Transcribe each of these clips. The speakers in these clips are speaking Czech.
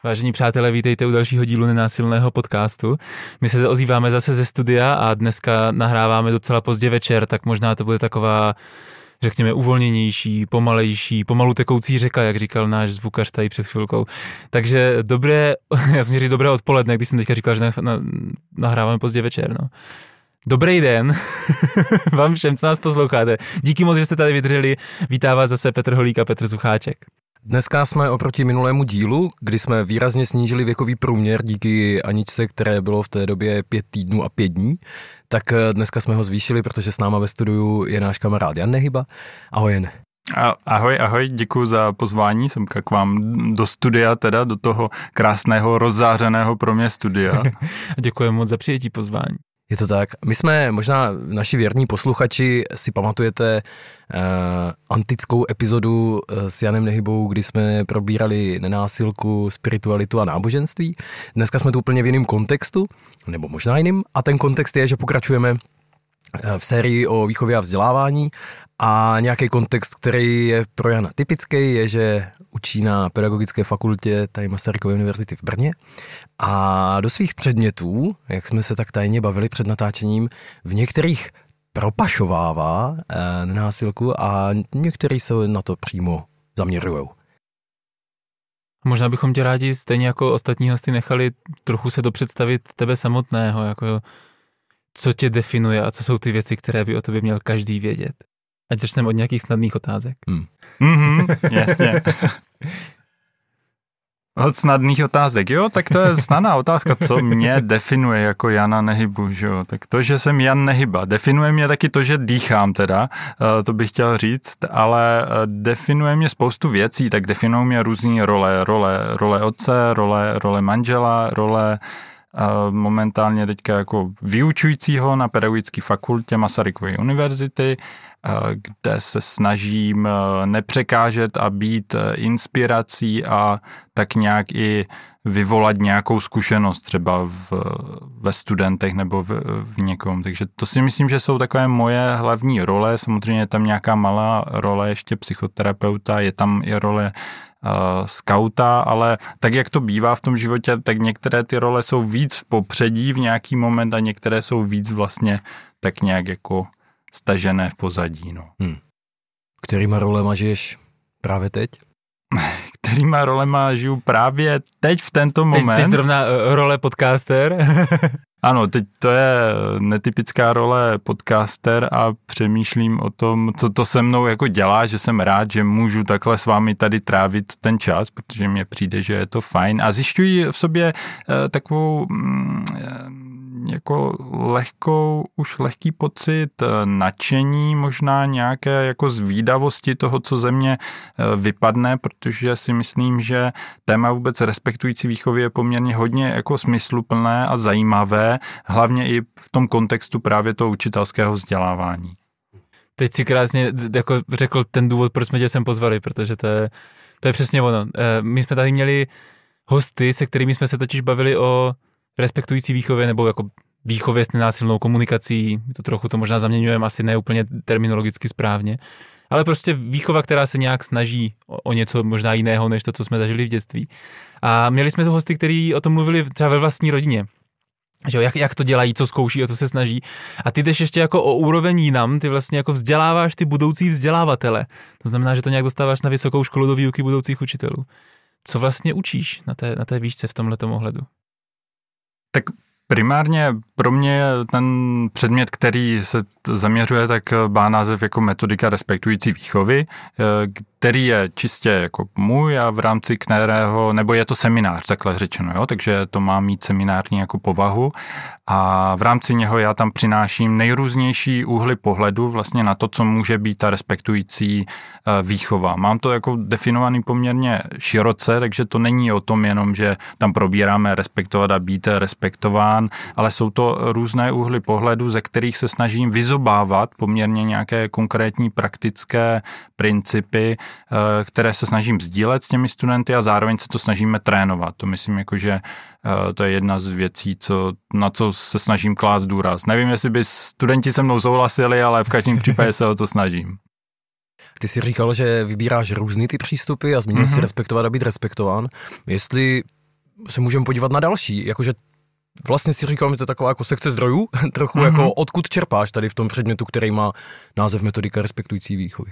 Vážení přátelé, vítejte u dalšího dílu Nenásilného podcastu. My se ozýváme zase ze studia a dneska nahráváme docela pozdě večer, tak možná to bude taková, řekněme, uvolněnější, pomalejší, pomalu tekoucí řeka, jak říkal náš zvukař tady před chvilkou. Takže já jsem říct dobré odpoledne, když jsem teďka říkal, že nahráváme pozdě večer, no. Dobrý den vám všem, co nás posloucháte. Díky moc, že jste tady vydrželi. Vítá vás zase Petr Holík a Petr Sucháček. Dneska jsme oproti minulému dílu, kdy jsme výrazně snížili věkový průměr díky Aničce, které bylo v té době 5 týdnů a 5 dní, tak dneska jsme ho zvýšili, protože s náma ve studiu je náš kamarád Jan Nehyba. Ahoj, Jan. Ahoj, děkuji za pozvání, jsem k vám do studia, teda do toho krásného, rozzářeného pro mě studia. Děkuji moc za přijetí pozvání. Je to tak. My jsme, možná naši věrní posluchači si pamatujete antickou epizodu s Janem Nehybou, kdy jsme probírali nenásilku, spiritualitu a náboženství. Dneska jsme tu úplně v jiném kontextu, nebo možná jiným, a ten kontext je, že pokračujeme v sérii o výchově a vzdělávání a nějaký kontext, který je pro Jana typický, je, že učí na pedagogické fakultě tady Masarykovy univerzity v Brně a do svých předmětů, jak jsme se tak tajně bavili před natáčením, v některých propašovává nenásilku a některý se na to přímo zaměřujou. Možná bychom tě rádi, stejně jako ostatní hosty, nechali trochu se dopředstavit tebe samotného, jako co tě definuje a co jsou ty věci, které by o tobě měl každý vědět. Ať začneme od nějakých snadných otázek. Jasně. Od snadných otázek. Jo, tak to je snadná otázka, co mě definuje jako Jana Nehybu, že jo. Tak to, že jsem Jan Nehyba. Definuje mě taky to, že dýchám teda, to bych chtěl říct, ale definuje mě spoustu věcí, tak definují mě různý role otce, role manžela, role momentálně teďka jako vyučujícího na pedagogické fakultě Masarykovy univerzity, kde se snažím nepřekážet a být inspirací a tak nějak i vyvolat nějakou zkušenost třeba ve studentech nebo v někom. Takže to si myslím, že jsou takové moje hlavní role. Samozřejmě je tam nějaká malá role ještě psychoterapeuta, je tam i role skauta, ale tak, jak to bývá v tom životě, tak některé ty role jsou víc v popředí v nějaký moment a některé jsou víc vlastně tak nějak jako stažené v pozadí. No. Kterýma rolema žiješ právě teď? Kterýma rolema žiju právě teď v tento moment. Teď zrovna role podcaster. Ano, teď to je netypická role podcaster a přemýšlím o tom, co to se mnou jako dělá, že jsem rád, že můžu takhle s vámi tady trávit ten čas, protože mně přijde, že je to fajn a zjišťuji v sobě takovou jako lehký pocit nadšení, možná nějaké jako zvídavosti toho, co ze mě vypadne, protože si myslím, že téma vůbec respektující výchovy je poměrně hodně jako smysluplné a zajímavé, hlavně i v tom kontextu právě toho učitelského vzdělávání. Teď si krásně jako řekl ten důvod, proč jsme tě sem pozvali, protože to je přesně ono. My jsme tady měli hosty, se kterými jsme se totiž bavili o respektující výchově nebo jako výchově s nenásilnou komunikací, to možná zaměňujeme, asi ne úplně terminologicky správně, ale prostě výchova, která se nějak snaží o něco možná jiného, než to, co jsme zažili v dětství. A měli jsme tu hosty, kteří o tom mluvili třeba ve vlastní rodině. Že jak to dělají, co zkouší, o co se snaží. A ty jdeš ještě jako o úroveň jinam, ty vlastně jako vzděláváš ty budoucí vzdělávatele. To znamená, že to nějak dostáváš na vysokou školu do výuky budoucích učitelů. Co vlastně učíš na té výšce v tomhletom ohledu? Tak primárně pro mě ten předmět, který se zaměřuje, tak má název jako metodika respektující výchovy, který je čistě jako můj a v rámci kterého, nebo je to seminář, takhle řečeno, jo? Takže to má mít seminární jako povahu a v rámci něho já tam přináším nejrůznější úhly pohledu vlastně na to, co může být ta respektující výchova. Mám to jako definovaný poměrně široce, takže to není o tom jenom, že tam probíráme respektovat a být respektován, ale jsou to různé úhly pohledu, ze kterých se snažím vyzobávat poměrně nějaké konkrétní praktické principy, které se snažím sdílet s těmi studenty a zároveň se to snažíme trénovat. To myslím, jako, že to je jedna z věcí, na co se snažím klást důraz. Nevím, jestli by studenti se mnou souhlasili, ale v každém případě se o to snažím. Ty jsi říkal, že vybíráš různý ty přístupy a zmínil si respektovat a být respektován. Jestli se můžeme podívat na další, jakože vlastně si říkal, že to je taková jako sekce zdrojů, trochu jako odkud čerpáš tady v tom předmětu, který má název metodika respektující výchovy.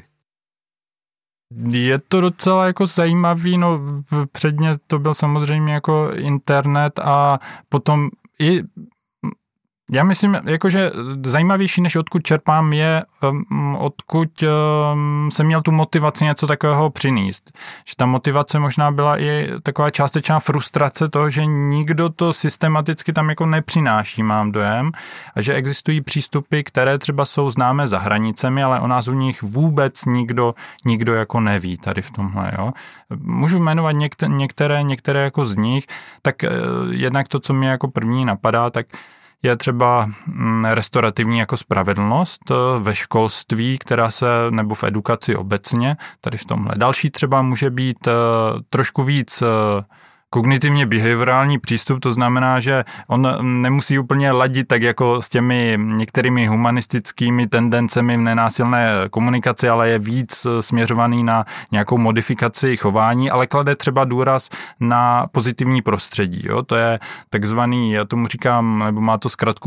Je to docela jako zajímavý, no předně to byl samozřejmě jako internet a potom i já myslím, jakože zajímavější, než odkud čerpám, je, odkud jsem měl tu motivaci něco takového přinést. Že ta motivace možná byla i taková částečná frustrace toho, že nikdo to systematicky tam jako nepřináší, mám dojem, a že existují přístupy, které třeba jsou známé za hranicemi, ale o nás u nich vůbec nikdo jako neví tady v tomhle, jo. Můžu jmenovat některé jako z nich, tak jednak to, co mi jako první napadá, tak je třeba restaurativní jako spravedlnost ve školství, nebo v edukaci obecně, tady v tomhle. Další třeba může být trošku víc kognitivně behaviorální přístup, to znamená, že on nemusí úplně ladit tak jako s těmi některými humanistickými tendencemi v nenásilné komunikaci, ale je víc směřovaný na nějakou modifikaci chování, ale klade třeba důraz na pozitivní prostředí. Jo? To je takzvaný, já tomu říkám, nebo má to zkratku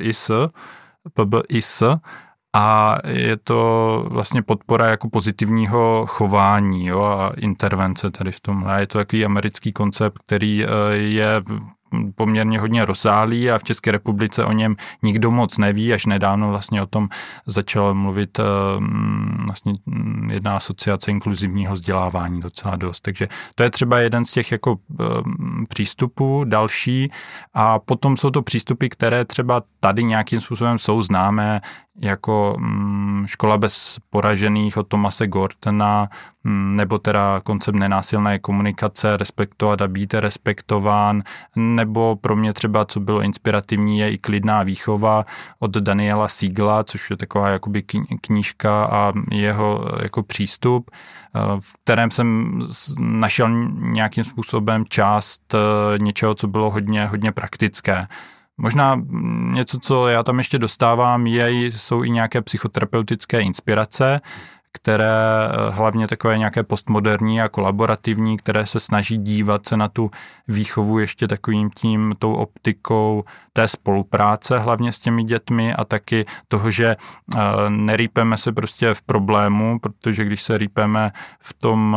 PBIS, a je to vlastně podpora jako pozitivního chování, jo, a intervence tady v tomhle. Je to takový americký koncept, který je poměrně hodně rozsáhlý a v České republice o něm nikdo moc neví, až nedávno vlastně o tom začala mluvit vlastně jedna asociace inkluzivního vzdělávání docela dost. Takže to je třeba jeden z těch jako přístupů, další, a potom jsou to přístupy, které třeba tady nějakým způsobem jsou známé, jako Škola bez poražených od Thomase Gortona, nebo teda koncept nenásilné komunikace, respektovat a být respektován, nebo pro mě třeba, co bylo inspirativní, je i Klidná výchova od Daniela Siegela, což je taková jakoby knížka a jeho jako přístup, v kterém jsem našel nějakým způsobem část něčeho, co bylo hodně praktické. Možná něco, co já tam ještě dostávám, jsou i nějaké psychoterapeutické inspirace, které hlavně takové nějaké postmoderní a kolaborativní, které se snaží dívat se na tu výchovu ještě tou optikou té spolupráce hlavně s těmi dětmi a taky toho, že nerýpeme se prostě v problému, protože když se rýpeme v tom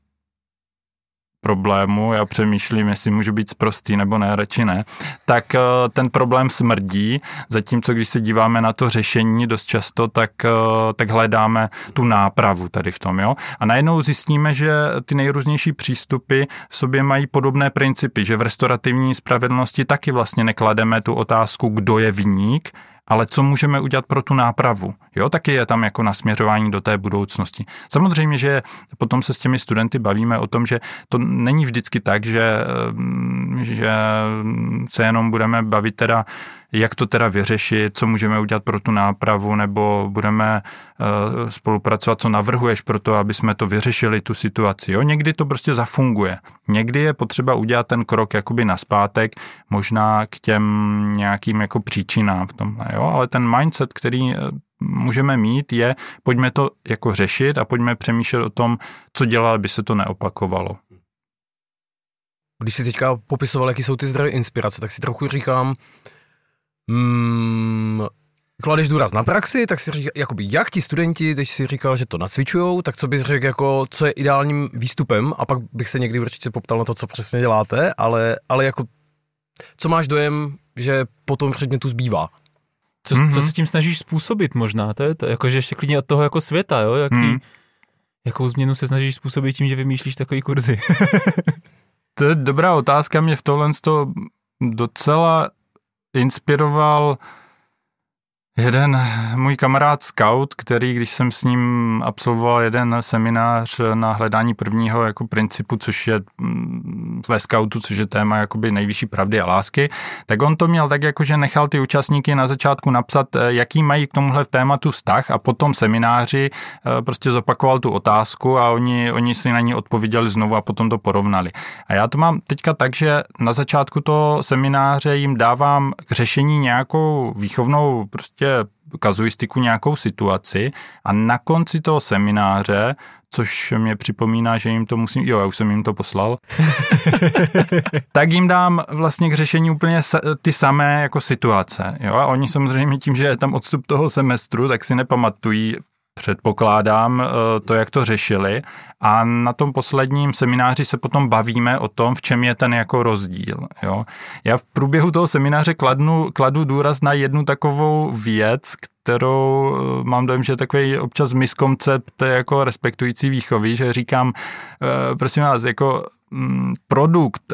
problému, já přemýšlím, jestli můžu být sprostý nebo ne, radši ne, tak ten problém smrdí, zatímco když se díváme na to řešení dost často, tak hledáme tu nápravu tady v tom, jo. A najednou zjistíme, že ty nejrůznější přístupy v sobě mají podobné principy, že v restaurativní spravedlnosti taky vlastně neklademe tu otázku, kdo je viník, ale co můžeme udělat pro tu nápravu. Jo, taky je tam jako nasměřování do té budoucnosti. Samozřejmě, že potom se s těmi studenty bavíme o tom, že to není vždycky tak, že se jenom budeme bavit teda, jak to teda vyřešit, co můžeme udělat pro tu nápravu, nebo budeme spolupracovat, co navrhuješ pro to, aby jsme to vyřešili, tu situaci. Jo? Někdy to prostě zafunguje. Někdy je potřeba udělat ten krok jakoby nazpátek, možná k těm nějakým jako příčinám v tomhle. Jo? Ale ten mindset, který můžeme mít, je, pojďme to jako řešit a pojďme přemýšlet o tom, co dělat, aby se to neopakovalo. Když si teďka popisoval, jaký jsou ty zdroje inspirace, tak si trochu říkám, kladeš důraz na praxi, tak si říká, jakoby jak ti studenti, když si říkal, že to nacvičujou, tak co bys řekl, jako, co je ideálním výstupem, a pak bych se někdy určitě poptal na to, co přesně děláte, ale jako, co máš dojem, že po tom předmětu zbývá? Co se tím snažíš způsobit možná, to je to, jakože ještě klidně od toho jako světa, jo, jakou změnu se snažíš způsobit tím, že vymýšlíš takový kurzy? To je dobrá otázka, mě v tohle docela inspiroval jeden můj kamarád scout, který, když jsem s ním absolvoval jeden seminář na hledání prvního jako principu, což je ve scoutu, což je téma jakoby nejvyšší pravdy a lásky, tak on to měl tak, jako, že nechal ty účastníky na začátku napsat, jaký mají k tomuhle tématu vztah, a potom semináři prostě zopakoval tu otázku a oni si na ní odpověděli znovu a potom to porovnali. A já to mám teďka tak, že na začátku toho semináře jim dávám k řešení nějakou výchovnou prostě kazuistiku, nějakou situaci a na konci toho semináře, což mě připomíná, že jim to musím, já už jsem jim to poslal, tak jim dám vlastně k řešení úplně ty samé jako situace. Jo? A oni samozřejmě tím, že je tam odstup toho semestru, tak si nepamatují, předpokládám, to, jak to řešili, a na tom posledním semináři se potom bavíme o tom, v čem je ten jako rozdíl. Jo? Já v průběhu toho semináře kladu důraz na jednu takovou věc, kterou mám dojem, že je takový občas miskoncept jako respektující výchovy, že říkám, prosím vás, jako produkt,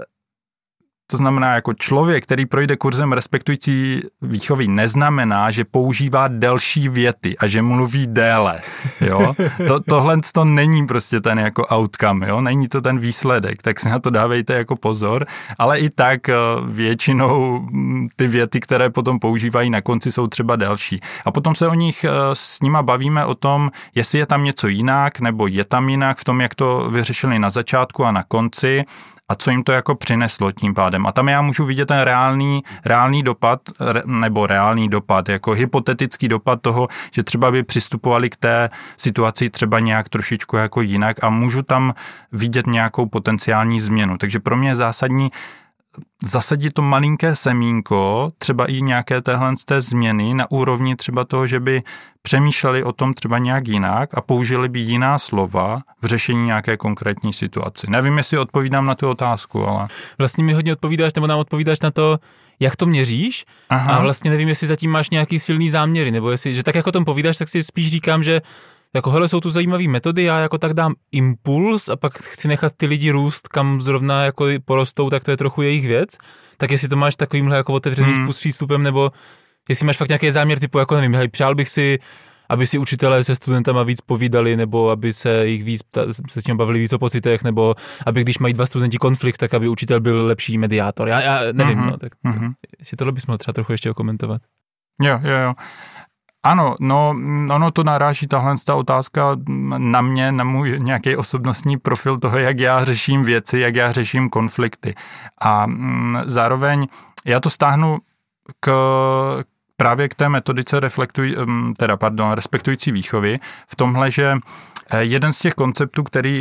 to znamená jako člověk, který projde kurzem respektující výchovy, neznamená, že používá delší věty a že mluví déle. Jo? Tohle to není prostě ten jako outcome, jo? Není to ten výsledek, tak si na to dávejte jako pozor, ale i tak většinou ty věty, které potom používají na konci, jsou třeba delší. A potom se o nich s nima bavíme o tom, jestli je tam něco jinak, nebo je tam jinak v tom, jak to vyřešili na začátku a na konci, a co jim to jako přineslo tím pádem. A tam já můžu vidět ten reálný dopad, nebo reálný dopad, jako hypotetický dopad toho, že třeba by přistupovali k té situaci třeba nějak trošičku jako jinak a můžu tam vidět nějakou potenciální změnu. Takže pro mě je zásadní zasadit to malinké semínko, třeba i nějaké téhle z té změny na úrovni třeba toho, že by přemýšleli o tom třeba nějak jinak a použili by jiná slova v řešení nějaké konkrétní situaci. Nevím, jestli odpovídám na tu otázku, ale... Vlastně mi hodně odpovídáš, nebo nám odpovídáš na to, jak to měříš. Aha. A vlastně nevím, jestli zatím máš nějaký silný záměry, nebo jestli, že tak jako o tom povídáš, tak si spíš říkám, že jako hele, jsou tu zajímavé metody, já jako tak dám impuls a pak chci nechat ty lidi růst, kam zrovna jako porostou, tak to je trochu jejich věc. Tak jestli to máš takovýmhle jako otevřeným přístupem, nebo jestli máš fakt nějaký záměr typu, jako nevím, hej, přál bych si, aby si učitelé se studentama víc povídali, nebo aby se jich víc, se s tím bavili víc o pocitech, nebo aby když mají dva studenti konflikt, tak aby učitel byl lepší mediátor. Já nevím, no, tak jestli tohle bys mohl třeba trochu ještě okomentovat. Jo. Ano, no, ono to naráží tahle otázka na mě, na můj nějaký osobnostní profil toho, jak já řeším věci, jak já řeším konflikty. A zároveň já to stáhnu právě k té metodice respektující výchovy v tomhle, že jeden z těch konceptů,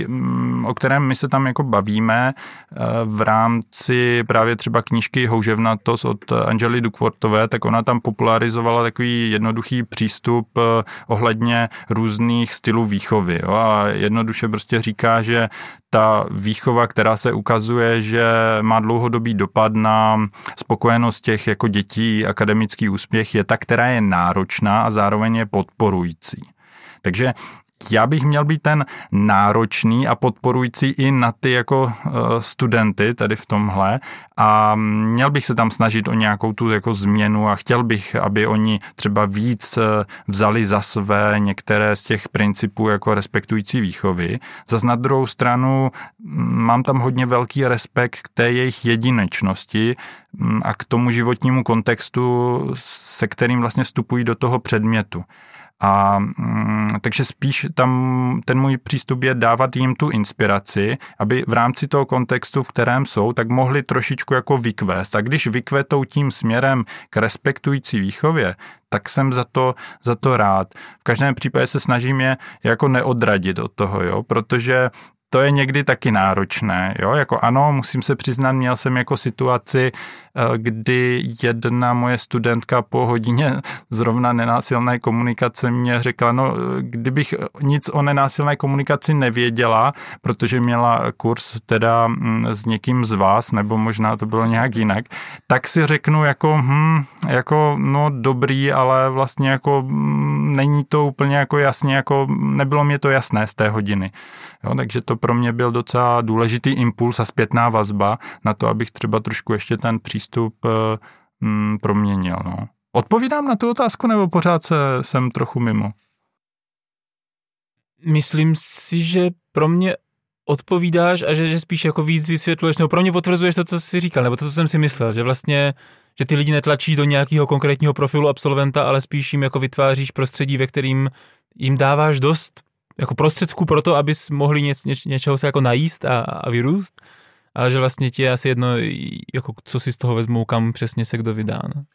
o kterém my se tam jako bavíme v rámci právě třeba knížky Houževnatost od Angely Duckworthové, tak ona tam popularizovala takový jednoduchý přístup ohledně různých stylů výchovy. Jo? A jednoduše prostě říká, že ta výchova, která se ukazuje, že má dlouhodobý dopad na spokojenost těch jako dětí, akademický úspěch, je ta, která je náročná a zároveň je podporující. Takže já bych měl být ten náročný a podporující i na ty jako studenty tady v tomhle a měl bych se tam snažit o nějakou tu jako změnu a chtěl bych, aby oni třeba víc vzali za své některé z těch principů jako respektující výchovy. Zas na druhou stranu mám tam hodně velký respekt k té jejich jedinečnosti a k tomu životnímu kontextu, se kterým vlastně vstupují do toho předmětu. A takže spíš tam ten můj přístup je dávat jim tu inspiraci, aby v rámci toho kontextu, v kterém jsou, tak mohli trošičku jako vykvést. A když vykvetou tím směrem k respektující výchově, tak jsem za to rád. V každém případě se snažím je jako neodradit od toho, jo, protože to je někdy taky náročné, jo, jako ano, musím se přiznat, měl jsem jako situaci, kdy jedna moje studentka po hodině zrovna nenásilné komunikace mě řekla, no, kdybych nic o nenásilné komunikaci nevěděla, protože měla kurz teda s někým z vás, nebo možná to bylo nějak jinak, tak si řeknu jako no dobrý, ale vlastně jako není to úplně jako jasně, jako nebylo mě to jasné z té hodiny. Jo, takže to pro mě byl docela důležitý impuls a zpětná vazba na to, abych třeba trošku ještě ten přístup proměnil. No. Odpovídám na tu otázku, nebo pořád jsem trochu mimo? Myslím si, že pro mě odpovídáš a že spíš jako víc vysvětluješ, nebo pro mě potvrzuješ to, co jsi říkal, nebo to, co jsem si myslel, že vlastně, že ty lidi netlačíš do nějakého konkrétního profilu absolventa, ale spíš jim jako vytváříš prostředí, ve kterým jim dáváš dost jako prostředků pro to, abys mohli něčeho se jako najíst a vyrůst, ale že vlastně ti je asi jedno, jako co si z toho vezmou, kam přesně se kdo vydá. No?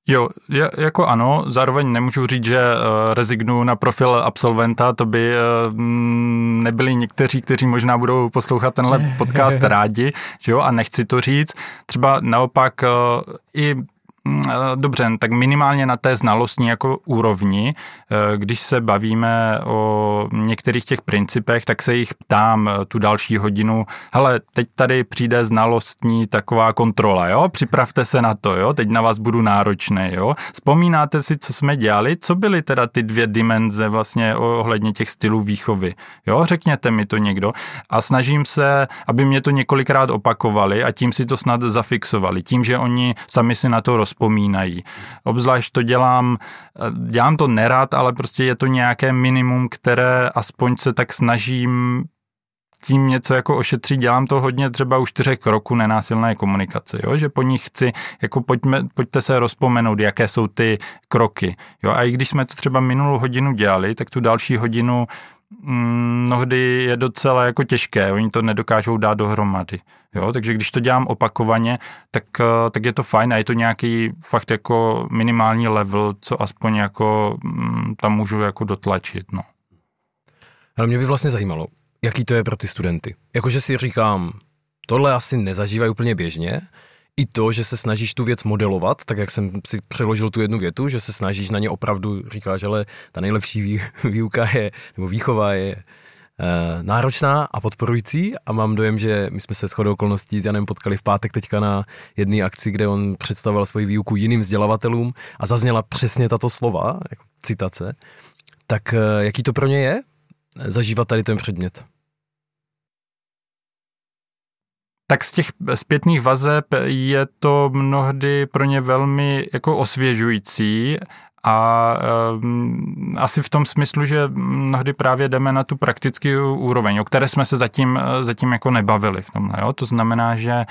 Jo, jako ano, zároveň nemůžu říct, že rezignuju na profil absolventa, to by nebyli někteří, kteří možná budou poslouchat tenhle podcast rádi, že jo, a nechci to říct. Třeba naopak i dobře, tak minimálně na té znalostní jako úrovni, když se bavíme o některých těch principech, tak se jich ptám tu další hodinu, hele, teď tady přijde znalostní taková kontrola, jo, připravte se na to, jo, teď na vás budu náročný, jo. Vzpomínáte si, co jsme dělali, co byly teda ty 2 dimenze vlastně ohledně těch stylů výchovy, jo, řekněte mi to někdo a snažím se, aby mě to několikrát opakovali a tím si to snad zafixovali, tím, že oni sami si na to vzpomínají. Obzvlášť to dělám to nerad, ale prostě je to nějaké minimum, které aspoň se tak snažím tím něco jako ošetřit. Dělám to hodně třeba u 4 kroků nenásilné komunikace, jo? Že po nich chci, jako pojďte se rozpomenout, jaké jsou ty kroky. Jo? A i když jsme to třeba minulou hodinu dělali, tak tu další hodinu mnohdy je docela jako těžké, oni to nedokážou dát dohromady. Jo, takže když to dělám opakovaně, tak je to fajn a je to nějaký fakt jako minimální level, co aspoň jako tam můžu jako dotlačit. No. Ale mě by vlastně zajímalo, jaký to je pro ty studenty. Jakože si říkám, tohle asi nezažívají úplně běžně, i to, že se snažíš tu věc modelovat, tak jak jsem si přeložil tu jednu větu, že se snažíš na ně opravdu, říkáš, ale ta nejlepší výuka je, nebo výchova je náročná a podporující a mám dojem, že my jsme se shodou okolností s Janem potkali v pátek teďka na jedné akci, kde on představoval svoji výuku jiným vzdělavatelům a zazněla přesně tato slova, jako citace. Tak jaký to pro ně je zažívat tady ten předmět? Tak z těch zpětných vazeb je to mnohdy pro ně velmi jako osvěžující a asi v tom smyslu, že mnohdy právě jdeme na tu praktickou úroveň, o které jsme se zatím jako nebavili v tomhle. Jo? To znamená, že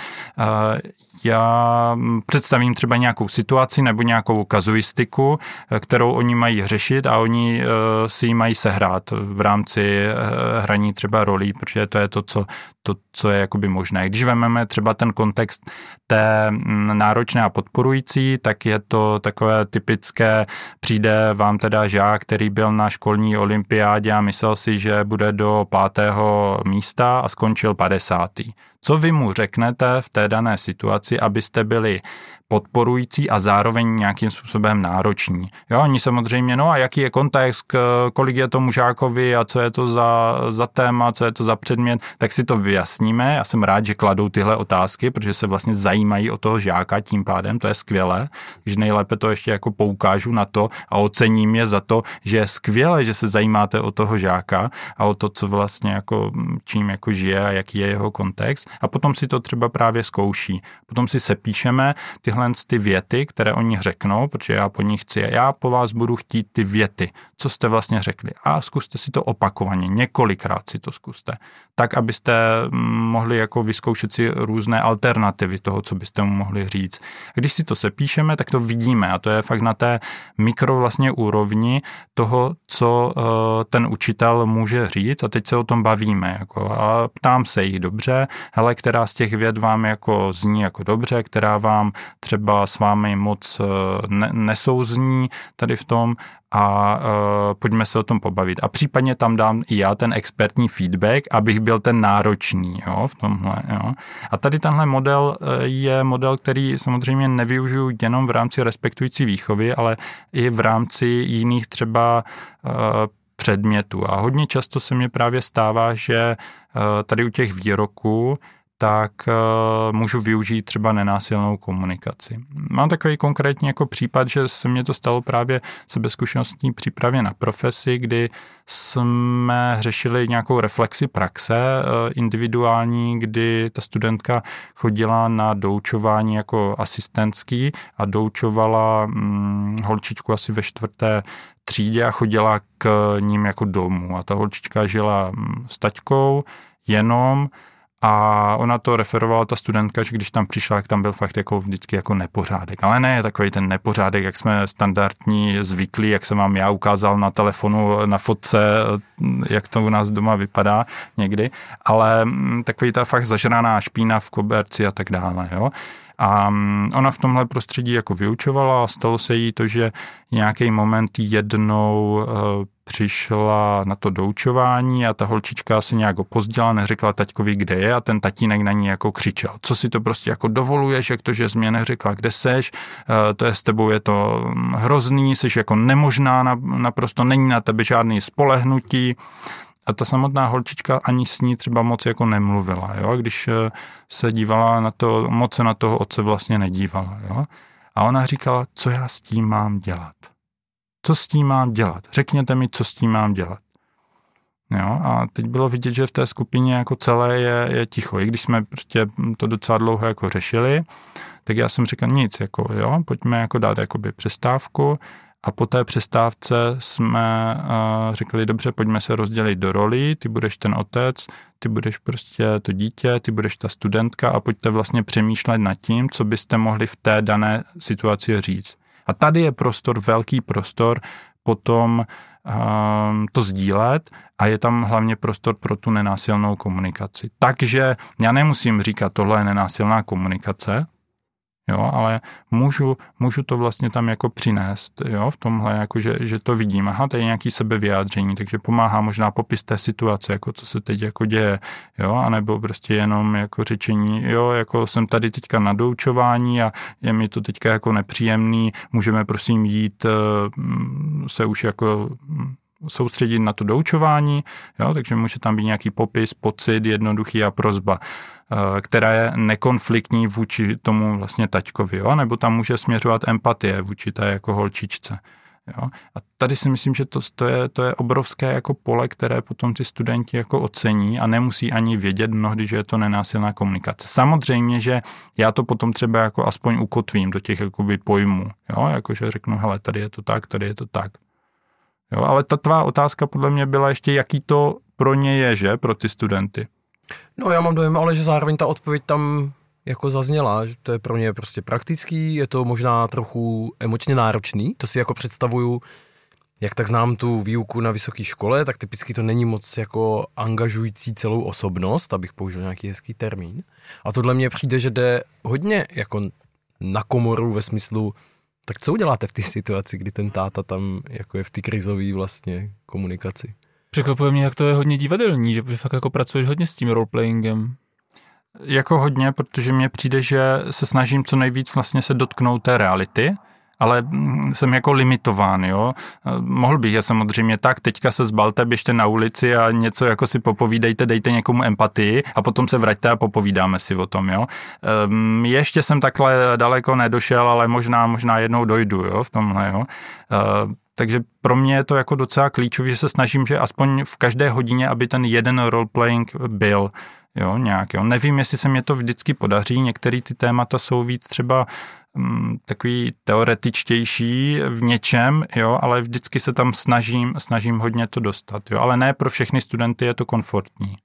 já představím třeba nějakou situaci nebo nějakou kazuistiku, kterou oni mají řešit a oni si ji mají sehrát v rámci hraní třeba rolí, protože to je to, co je jakoby možné. Když vezmeme třeba ten kontext té náročné a podporující, tak je to takové typické, přijde vám teda žák, který byl na školní olympiádě a myslel si, že bude do 5. místa a skončil 50. Co vy mu řeknete v té dané situaci, abyste byli podporující a zároveň nějakým způsobem nároční. Jo, oni samozřejmě, no a jaký je kontext, kolik je tomu žákovi a co je to za téma, co je to za předmět, tak si to vyjasníme. Já jsem rád, že kladou tyhle otázky, protože se vlastně zajímají o toho žáka tím pádem, to je skvělé, takže nejlépe to ještě jako poukážu na to a ocením je za to, že je skvělé, že se zajímáte o toho žáka a o to, co vlastně jako čím jako žije a jaký je jeho kontext a potom si to třeba právě zkouší. Potom si sepíšeme tyhle ty věty, které oni řeknou, protože já po vás budu chtít ty věty, co jste vlastně řekli a zkuste si to opakovaně, několikrát si to zkuste, tak abyste mohli jako vyzkoušet si různé alternativy toho, co byste mu mohli říct. Když si to sepíšeme, tak to vidíme a to je fakt na té mikro vlastně úrovni toho, co ten učitel může říct a teď se o tom bavíme jako, a ptám se jich dobře, hele, která z těch vět vám jako zní jako dobře, která vám třeba s vámi moc nesouzní tady v tom a pojďme se o tom pobavit. A případně tam dám i já ten expertní feedback, abych byl ten náročný, jo, v tomhle, jo. A tady tenhle model je model, který samozřejmě nevyužiju jenom v rámci respektující výchovy, ale i v rámci jiných třeba předmětů. A hodně často se mně právě stává, že tady u těch výroků tak můžu využít třeba nenásilnou komunikaci. Mám takový konkrétní jako případ, že se mně to stalo právě sebezkušenostní přípravě na profesi, kdy jsme řešili nějakou reflexi praxe individuální, kdy ta studentka chodila na doučování jako asistentský a doučovala holčičku asi ve 4. třídě a chodila k ním jako domů. A ta holčička žila s taťkou jenom a ona to referovala, ta studentka, že když tam přišla, tak tam byl fakt jako vždycky jako nepořádek. Ale ne takový ten nepořádek, jak jsme standardní zvyklí, jak jsem vám já ukázal na telefonu, na fotce, jak to u nás doma vypadá někdy, ale takový ta fakt zažraná špína v koberci a tak dále, jo. A ona v tomhle prostředí jako vyučovala a stalo se jí to, že nějaký moment jednou přišla na to doučování a ta holčička se nějak opozdila, neřekla taťkovi, kde je a ten tatínek na ní jako křičel. Co si to prostě jako dovoluješ, jak to, že jsi mě neřekla, kde seš, to je s tebou, je to hrozný, jsi jako nemožná, naprosto není na tebe žádný spolehnutí. A ta samotná holčička ani s ní třeba moc jako nemluvila, jo? Když se dívala na to, moc se na toho otce vlastně nedívala. Jo? A ona říkala, co já s tím mám dělat? Co s tím mám dělat? Řekněte mi, co s tím mám dělat. Jo? A teď bylo vidět, že v té skupině jako celé je ticho. I když jsme prostě to docela dlouho jako řešili, tak já jsem řekl nic, jako jo, pojďme jako dát jakoby přestávku. A po té přestávce jsme řekli, dobře, pojďme se rozdělit do rolí, ty budeš ten otec, ty budeš prostě to dítě, ty budeš ta studentka a pojďte vlastně přemýšlet nad tím, co byste mohli v té dané situaci říct. A tady je prostor, velký prostor potom to sdílet a je tam hlavně prostor pro tu nenásilnou komunikaci. Takže já nemusím říkat, tohle je nenásilná komunikace, jo, ale můžu to vlastně tam jako přinést, jo, v tomhle, jako že to vidím, aha, tady je nějaký sebevyjádření, takže pomáhá možná popis té situace, jako co se teď jako děje, jo, anebo prostě jenom jako řečení, jo, jako jsem tady teďka na doučování a je mi to teďka jako nepříjemný, můžeme prosím jít se už jako soustředit na to doučování, jo, takže může tam být nějaký popis, pocit, jednoduchý a prosba, která je nekonfliktní vůči tomu vlastně taťkovi, jo, nebo tam může směřovat empatie vůči té jako holčičce. Jo. A tady si myslím, že to je obrovské jako pole, které potom ty studenti jako ocení a nemusí ani vědět mnohdy, že je to nenásilná komunikace. Samozřejmě, že já to potom třeba jako aspoň ukotvím do těch jakoby pojmů, jo, jakože řeknu, hele, tady je to tak, tady je to tak. Jo, ale ta tvá otázka podle mě byla ještě, jaký to pro ně je, že, pro ty studenty. No já mám dojem, ale že zároveň ta odpověď tam jako zazněla, že to je pro ně prostě praktický, je to možná trochu emočně náročný, to si jako představuju, jak tak znám tu výuku na vysoké škole, tak typicky to není moc jako angažující celou osobnost, abych použil nějaký hezký termín. A tohle mně přijde, že jde hodně jako na komoru ve smyslu, tak co uděláte v té situaci, kdy ten táta tam jako je v té krizové vlastně komunikaci? Překvapuje mě, jak to je hodně divadelní, že fakt jako pracuješ hodně s tím roleplayingem. Jako hodně, protože mně přijde, že se snažím co nejvíc vlastně se dotknout té reality, ale jsem jako limitován, jo. Mohl bych, já samozřejmě tak, teďka se zbalte, běžte na ulici a něco jako si popovídejte, dejte někomu empatii a potom se vraťte a popovídáme si o tom, jo. Ještě jsem takhle daleko nedošel, ale možná jednou dojdu, jo, v tomhle, jo. Takže pro mě je to jako docela klíčové, že se snažím, že aspoň v každé hodině, aby ten jeden roleplaying byl, jo, nějak, jo. Nevím, jestli se mě to vždycky podaří, některé ty témata jsou víc třeba takový teoretičtější v něčem, jo, ale vždycky se tam snažím hodně to dostat, jo, ale ne pro všechny studenty je to komfortní.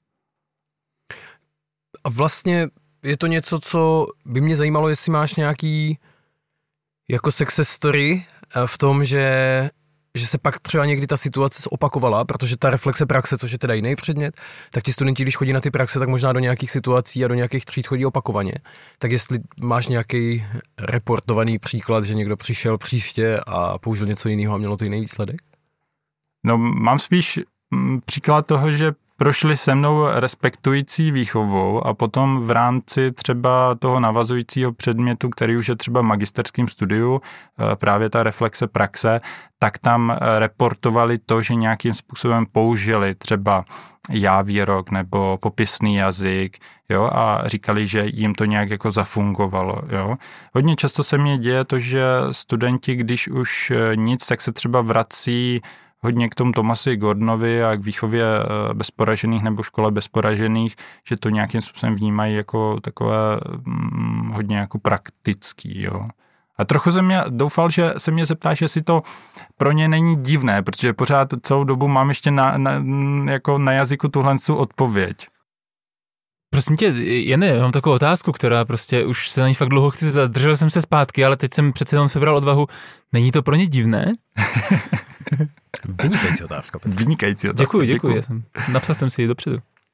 A vlastně je to něco, co by mě zajímalo, jestli máš nějaký jako success story v tom, že se pak třeba někdy ta situace zopakovala, protože ta reflexe praxe, což je teda jiný předmět, tak ti studenti, když chodí na ty praxe, tak možná do nějakých situací a do nějakých tříd chodí opakovaně. Tak jestli máš nějaký reportovaný příklad, že někdo přišel příště a použil něco jiného a mělo to jiný výsledek? No, mám spíš příklad toho, že prošli se mnou respektující výchovou a potom v rámci třeba toho navazujícího předmětu, který už je třeba v magisterském studiu, právě ta reflexe praxe, tak tam reportovali to, že nějakým způsobem použili třeba jávýrok nebo popisný jazyk, jo, a říkali, že jim to nějak jako zafungovalo, jo. Hodně často se mně děje to, že studenti, když už nic, tak se třeba vrací hodně k tomu Thomasi Gordonovi a k výchově bezporažených nebo škole bezporažených, že to nějakým způsobem vnímají jako takové hodně jako praktický, jo. A trochu jsem doufal, že se mě zeptáš, jestli to pro ně není divné, protože pořád celou dobu mám ještě na jazyku tuhle odpověď. Prosím tě, Jane, mám takovou otázku, která prostě už se na ní fakt dlouho chci zeptat. Držel jsem se zpátky, ale teď jsem přece jenom sebral odvahu. Není to pro ně divné? Vynikající otázka. Vynikající otázka. Děkuji. Napsal jsem si ji dopředu.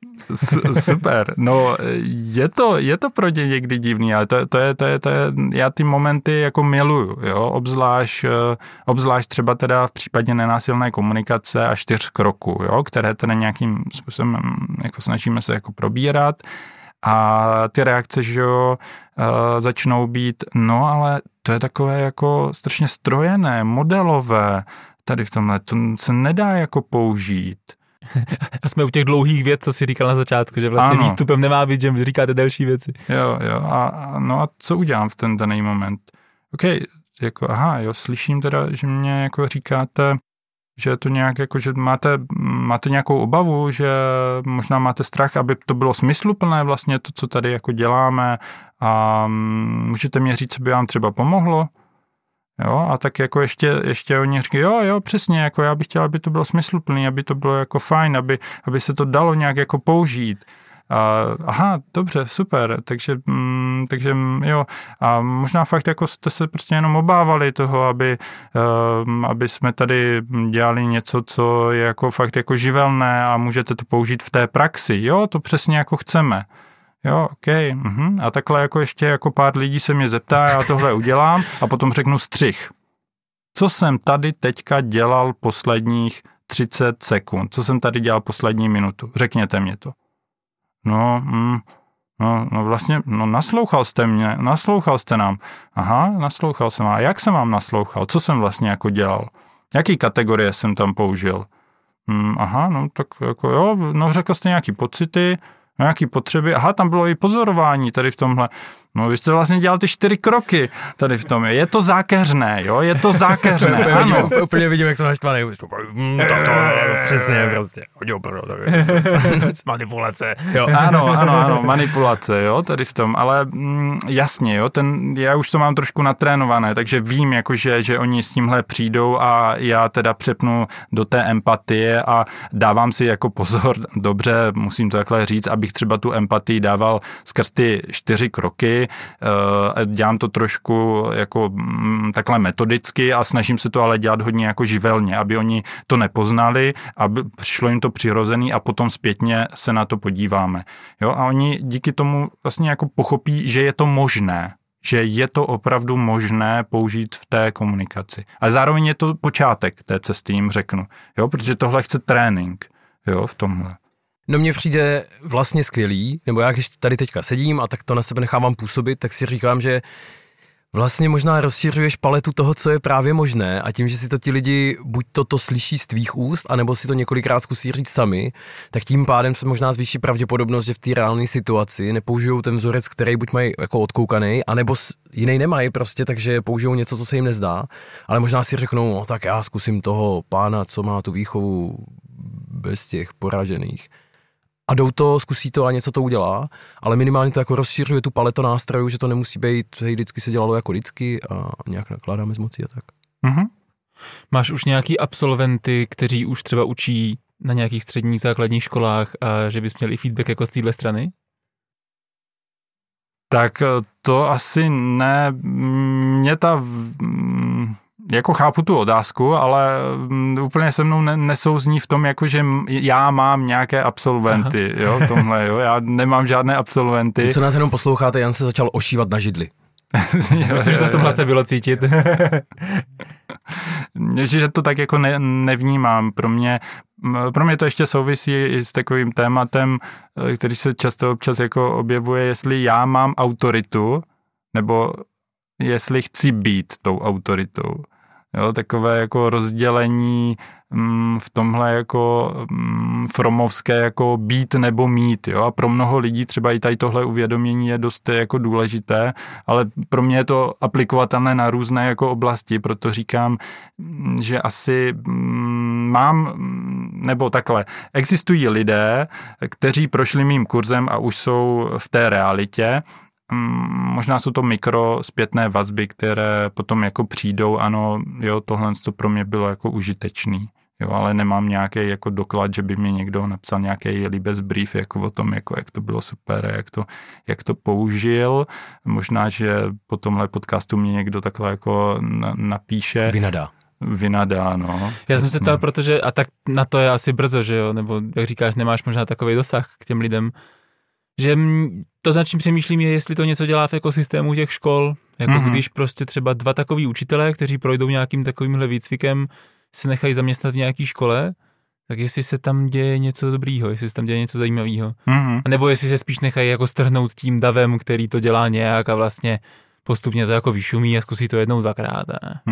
Super, no je to pro ně někdy divný, ale to je, já ty momenty jako miluju, jo, obzvlášť třeba teda v případě nenásilné komunikace a 4 kroků, jo, které teda nějakým způsobem jako snažíme se jako probírat a ty reakce, že jo, začnou být, no ale to je takové jako strašně strojené, modelové, tady v tomhle, to se nedá jako použít. A jsme u těch dlouhých vět, co jsi říkal na začátku, že vlastně ano. Výstupem nemá být, že říkáte další věci. Jo, a co udělám v ten daný moment? OK, jako slyším teda, že mě jako říkáte, že je to nějak jako, že máte nějakou obavu, že možná máte strach, aby to bylo smysluplné vlastně to, co tady jako děláme a můžete mě říct, co by vám třeba pomohlo? Jo, a tak jako ještě oni říkají, jo, přesně, jako já bych chtěl, aby to bylo smysluplný, aby to bylo jako fajn, aby se to dalo nějak jako použít. Dobře, super, takže jo, a možná fakt jako jste se prostě jenom obávali toho, aby jsme tady dělali něco, co je jako fakt jako živelné a můžete to použít v té praxi, jo, to přesně jako chceme. Jo, OK. A takhle jako ještě jako pár lidí se mě zeptá, já tohle udělám a potom řeknu střih. Co jsem tady teďka dělal posledních 30 sekund? Co jsem tady dělal poslední minutu? Řekněte mě to. No vlastně, naslouchal jste nám. Aha, naslouchal jsem. A jak jsem vám naslouchal? Co jsem vlastně jako dělal? Jaký kategorie jsem tam použil? Tak jako jo, řekl jste nějaký pocity, nějaký potřeby. Tam bylo i pozorování tady v tomhle. No, vy jste vlastně dělal ty 4 kroky tady v tom. Je to zákeřné, jo? Je to zákeřné, ano. Úplně vidím, jak jsem naštvaný. Přesně, prostě. Manipulace. Jo, ano, manipulace, jo, tady v tom. Ale jasně, jo, já už to mám trošku natrénované, takže vím, jakože, že oni s tímhle přijdou a já teda přepnu do té empatie a dávám si jako pozor, dobře, musím to takhle říct, abych třeba tu empatii dával skrz ty 4 kroky, dělám to trošku jako takhle metodicky a snažím se to ale dělat hodně jako živelně, aby oni to nepoznali, aby přišlo jim to přirozený a potom zpětně se na to podíváme. Jo, a oni díky tomu vlastně jako pochopí, že je to možné, že je to opravdu možné použít v té komunikaci. A zároveň je to počátek té cesty, jim řeknu, jo, protože tohle chce trénink, jo, v tomhle. No mně přijde vlastně skvělý, nebo já když tady teďka sedím a tak to na sebe nechávám působit, tak si říkám, že vlastně možná rozšiřuješ paletu toho, co je právě možné a tím, že si to ti lidi buď to slyší z tvých úst, anebo si to několikrát zkusí říct sami, tak tím pádem se možná zvýší pravděpodobnost, že v té reálné situaci nepoužijou ten vzorec, který buď mají jako odkoukaný, anebo jiný nemají prostě, takže použijou něco, co se jim nezdá, ale možná si řeknou, no tak já zkusím toho pána, co má tu výchovu bez těch poražených. A jdou to, zkusí to a něco to udělá, ale minimálně to jako rozšiřuje tu paletu nástrojů, že to nemusí být, vždycky se dělalo jako vždycky a nějak nakládáme s mocí a tak. Mm-hmm. Máš už nějaký absolventy, kteří už třeba učí na nějakých středních základních školách a že bys měl i feedback jako z téhle strany? Tak to asi ne, mě jako chápu tu otázku, ale úplně se mnou nesouzní v tom, jako že já mám nějaké absolventy, jo, v tomhle, jo, já nemám žádné absolventy. Co nás jenom posloucháte, Jan se začal ošívat na židli. Myslím, že to v tomhle se bylo cítit. Že to tak jako nevnímám. Pro mě to ještě souvisí i s takovým tématem, který se často občas jako objevuje, jestli já mám autoritu, nebo jestli chci být tou autoritou. Jo, takové jako rozdělení v tomhle jako fromovské jako být nebo mít. Jo? A pro mnoho lidí třeba i tady tohle uvědomění je dost jako důležité, ale pro mě je to aplikovatelné na různé jako oblasti, proto říkám, že asi nebo takhle, existují lidé, kteří prošli mým kurzem a už jsou v té realitě. Možná jsou to mikro zpětné vazby, které potom jako přijdou, ano, jo, tohle to pro mě bylo jako užitečný, jo, ale nemám nějaký jako doklad, že by mě někdo napsal nějaký líbez brief jako o tom, jako jak to bylo super, jak to použil. Možná, že po tomhle podcastu mě někdo takhle jako napíše. Vynadá. vynadáno. Já jsem se ptal, protože, a tak na to je asi brzo, že jo, nebo jak říkáš, nemáš možná takový dosah k těm lidem, že to, nad čím přemýšlím, je, jestli to něco dělá v ekosystému těch škol, jako když prostě třeba 2 takový učitelé, kteří projdou nějakým takovýmhle výcvikem, se nechají zaměstnat v nějaký škole, tak jestli se tam děje něco dobrýho, jestli se tam děje něco zajímavého. Nebo jestli se spíš nechají jako strhnout tím davem, který to dělá nějak a vlastně postupně to jako vyšumí a zkusí to 1, 2krát.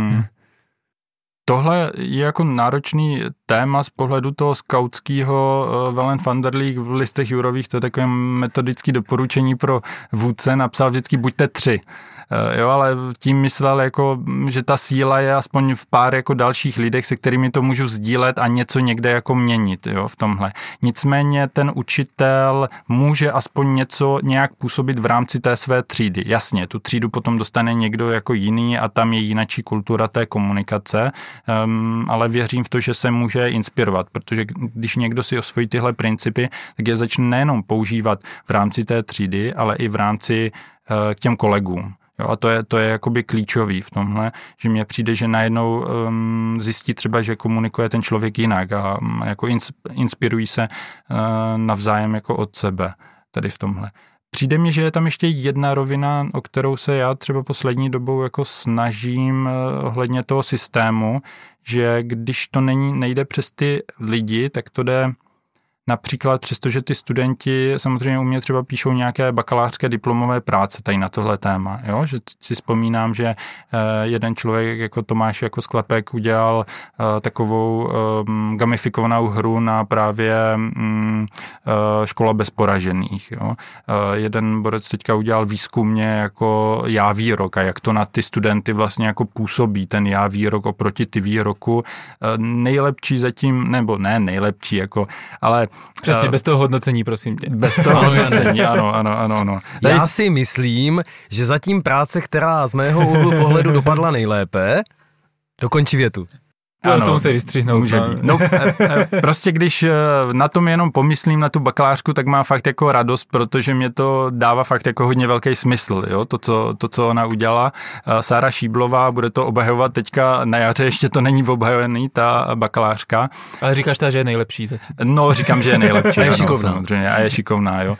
Tohle je jako náročný téma z pohledu toho skautského Wellen van der Leek v listech Jurových, to je takové metodické doporučení pro vůdce, napsal vždycky buďte 3. Jo, ale tím myslel, jako, že ta síla je aspoň v pár jako dalších lidech, se kterými to můžu sdílet a něco někde jako měnit, jo, v tomhle. Nicméně ten učitel může aspoň něco nějak působit v rámci té své třídy. Jasně, tu třídu potom dostane někdo jako jiný a tam je jinačí kultura té komunikace, ale věřím v to, že se může inspirovat, protože když někdo si osvojí tyhle principy, tak je začne nejenom používat v rámci té třídy, ale i v rámci k těm kolegům. Jo, a to je jakoby klíčový v tomhle, že mně přijde, že najednou zjistí třeba, že komunikuje ten člověk jinak a jako inspirují se navzájem jako od sebe tady v tomhle. Přijde mi, že je tam ještě jedna rovina, o kterou se já třeba poslední dobou jako snažím ohledně toho systému, že když to nejde přes ty lidi, tak to jde například přestože ty studenti samozřejmě u mě třeba píšou nějaké bakalářské diplomové práce tady na tohle téma, jo? Že si vzpomínám, že jeden člověk jako Tomáš jako Sklepek udělal takovou gamifikovanou hru na právě škola bez poražených. Jo? Jeden borec teďka udělal výzkumně jako já výrok a jak to na ty studenty vlastně jako působí ten já výrok oproti ty výroku. Nejlepší zatím, nebo ne nejlepší, jako, ale přesně, bez toho hodnocení, prosím tě. Bez toho hodnocení, ano. Já si myslím, že zatím práce, která z mého úhlu pohledu dopadla nejlépe, dokončí větu. Ano, tomu se vystřihnout. Může být. No, prostě když na tom jenom pomyslím na tu bakalářku, tak mám fakt jako radost, protože mě to dává fakt jako hodně velký smysl, jo? To, co ona udělala. Sára Šíblová bude to obhajovat teďka na jaře, ještě to není obhajovený, ta bakalářka. Ale říkáš ta, že je nejlepší zatím. No, říkám, že je nejlepší. A je šikovná. Samozřejmě, a je šikovná, jo.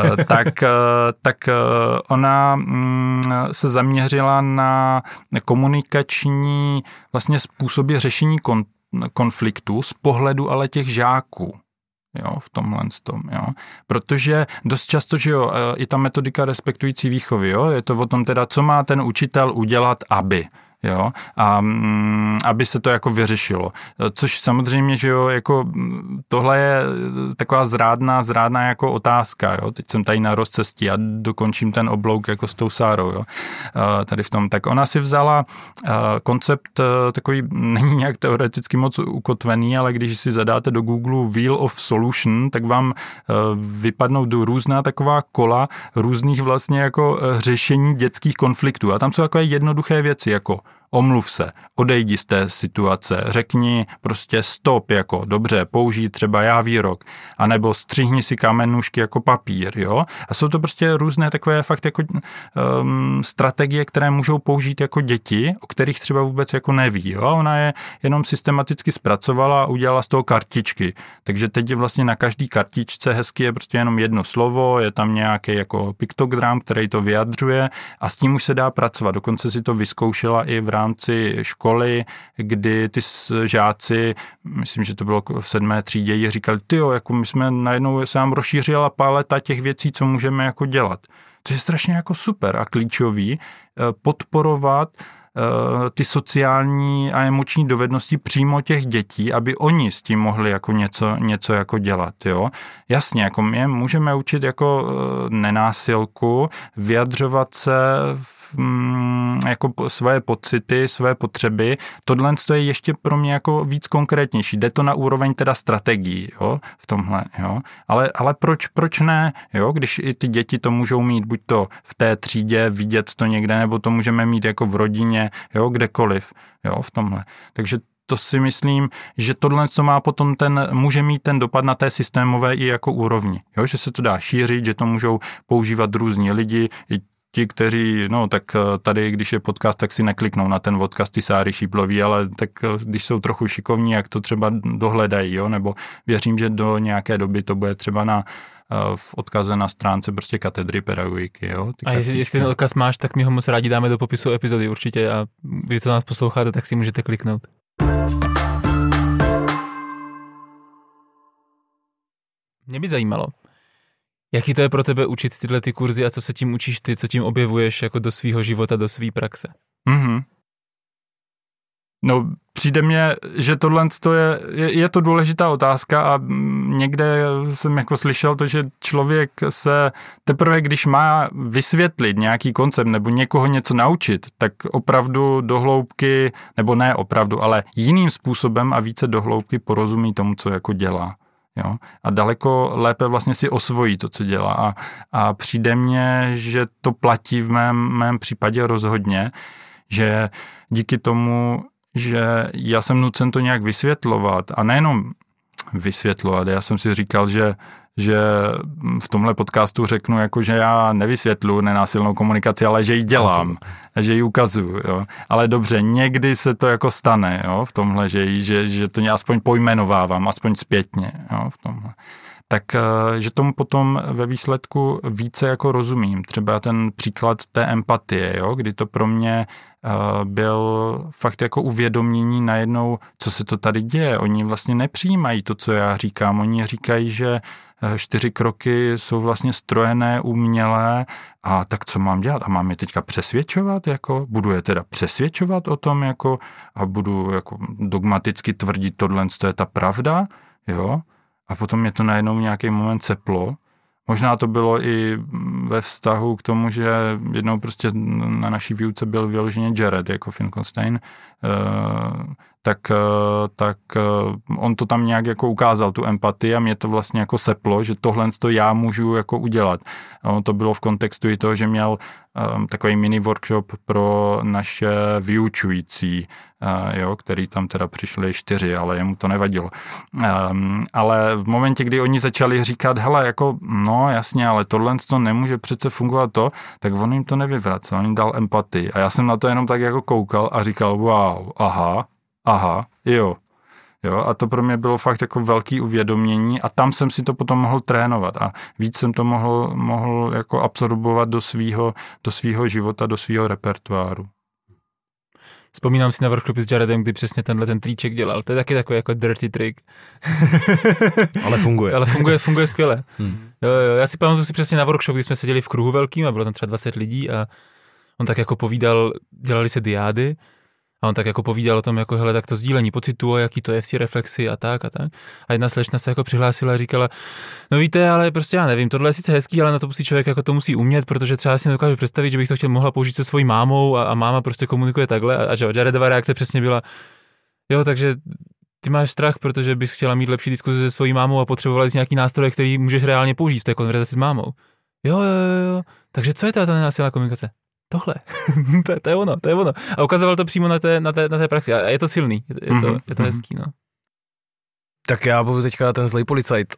Tak ona se zaměřila na komunikační vlastně způsoby řešení konfliktu z pohledu ale těch žáků. Jo, v tomhle tom, jo. Protože dost často, že jo, i ta metodika respektující výchovy, jo, je to o tom teda, co má ten učitel udělat, aby, jo, a aby se to jako vyřešilo. Což samozřejmě, že jo, jako tohle je taková zrádná jako otázka, jo. Teď jsem tady na rozcestí a dokončím ten oblouk jako s tou Sárou, jo. Tady v tom. Tak ona si vzala koncept takový, není nějak teoreticky moc ukotvený, ale když si zadáte do Google Wheel of Solution, tak vám vypadnou do různá taková kola různých vlastně jako řešení dětských konfliktů. A tam jsou takové jednoduché věci, jako omluv se, odejdi z té situace, řekni prostě stop, jako dobře, použij třeba já výrok, anebo střihni si kamenůžky jako papír, jo. A jsou to prostě různé takové fakt jako strategie, které můžou použít jako děti, o kterých třeba vůbec jako neví, jo. A ona je jenom systematicky zpracovala a udělala z toho kartičky. Takže teď je vlastně na každý kartičce hezky je prostě jenom jedno slovo, je tam nějaký jako piktogram, který to vyjadřuje a s tím už se dá pracovat. Dokonce si to vyzkoušela i v rámci školy, kdy ty žáci, myslím, že to bylo v 7. třídě, jí říkali, tyjo, jako my jsme najednou se nám rozšířila paleta těch věcí, co můžeme jako dělat. To je strašně jako super a klíčový podporovat ty sociální a emoční dovednosti přímo těch dětí, aby oni s tím mohli jako něco jako dělat, jo. Jasně, jako my můžeme učit jako nenásilku, vyjadřovat se jako svoje pocity, své potřeby. Tohle je ještě pro mě jako víc konkrétnější. Jde to na úroveň teda strategií, jo, v tomhle, jo. Ale proč ne, jo, když i ty děti to můžou mít, buď to v té třídě, vidět to někde, nebo to můžeme mít jako v rodině, jo, kdekoliv, jo, v tomhle. Takže to si myslím, že tohle má potom může mít ten dopad na té systémové i jako úrovni, jo, že se to dá šířit, že to můžou používat různí lidi, ti, kteří, no tak tady, když je podcast, tak si nekliknou na ten odkaz ty Sáry Šíplový, ale tak když jsou trochu šikovní, jak to třeba dohledají, jo, nebo věřím, že do nějaké doby to bude třeba v odkaze na stránce prostě katedry pedagogiky, jo. A jestli ten odkaz máš, tak my ho moc rádi dáme do popisu epizody určitě a vy, co nás posloucháte, tak si můžete kliknout. Mě by zajímalo, jaký to je pro tebe učit tyhle ty kurzy a co se tím učíš ty, co tím objevuješ jako do svýho života, do svý praxe? Mm-hmm. No, přijde mně, že tohle je to důležitá otázka a někde jsem jako slyšel to, že člověk se teprve, když má vysvětlit nějaký koncept nebo někoho něco naučit, tak opravdu do hloubky, nebo ne opravdu, ale jiným způsobem a více do hloubky porozumí tomu, co jako dělá. Jo? A daleko lépe vlastně si osvojí to, co dělá. A přijde mně, že to platí v mém případě rozhodně, že díky tomu, že já jsem nucen to nějak vysvětlovat a nejenom vysvětlovat, já jsem si říkal, že v tomhle podcastu řeknu, jako, že já nevysvětluji nenásilnou komunikaci, ale že ji dělám, že ji ukazuju. Jo. Ale dobře, někdy se to jako stane, jo, v tomhle, že to aspoň pojmenovávám, aspoň zpětně, jo, v tomhle. Tak, že tomu potom ve výsledku více jako rozumím. Třeba ten příklad té empatie, jo, kdy to pro mě byl fakt jako uvědomění najednou, co se to tady děje. Oni vlastně nepřijímají to, co já říkám. Oni říkají, že 4 kroky jsou vlastně strojené, umělé a tak co mám dělat? A mám je teďka přesvědčovat? Jako? Budu je teda přesvědčovat o tom jako, a budu jako dogmaticky tvrdit tohle, to je ta pravda? Jo? A potom mě to najednou v nějaký moment ceplo. Možná to bylo i ve vztahu k tomu, že jednou prostě na naší výuce byl vyloženě Jared jako Finkelstein, tak on to tam nějak jako ukázal, tu empatii a mě to vlastně jako seplo, že tohle já můžu jako udělat. To bylo v kontextu i toho, že měl takový mini workshop pro naše vyučující, jo, který tam teda přišli 4, ale jemu to nevadilo. Ale v momentě, kdy oni začali říkat, hele, jako, no jasně, ale tohle to nemůže přece fungovat to, tak on jim to nevyvracel, on jim dal empatii. A já jsem na to jenom tak jako koukal a říkal, wow, aha, jo. A to pro mě bylo fakt jako velký uvědomění a tam jsem si to potom mohl trénovat a víc jsem to mohl jako absorbovat do svýho života, do svýho repertoáru. Vzpomínám si na workshopy s Jaredem, kdy přesně ten triček dělal. To je taky takový jako dirty trick. Ale funguje. Ale funguje skvěle. Jo, já si pamatuju si přesně na workshop, kdy jsme seděli v kruhu velkým a bylo tam třeba 20 lidí a on tak jako povídal, dělali se diády a on tak jako povídal o tom, jako hele, tak to sdílení pocitu a jaký to je v té reflexi a tak. A jedna slečna se jako přihlásila a říkala, no víte, ale prostě já nevím, tohle je sice hezký, ale na to musí člověk jako to musí umět, protože třeba si nedokážu představit, že bych to mohla použít se svojí mámou a máma prostě komunikuje takhle a Jaredova reakce přesně byla, jo, takže ty máš strach, protože bys chtěla mít lepší diskuzi se svojí mámou a potřebovala jsi nějaký nástroj, který můžeš reálně použít v té konverzaci s mámou. Jo. Takže co je ta nenásilná komunikace? Tohle. to je ono. A ukazoval to přímo na té praxi. A je to silný. Je to hezký, no. Tak já budu teďka ten zlej policajt.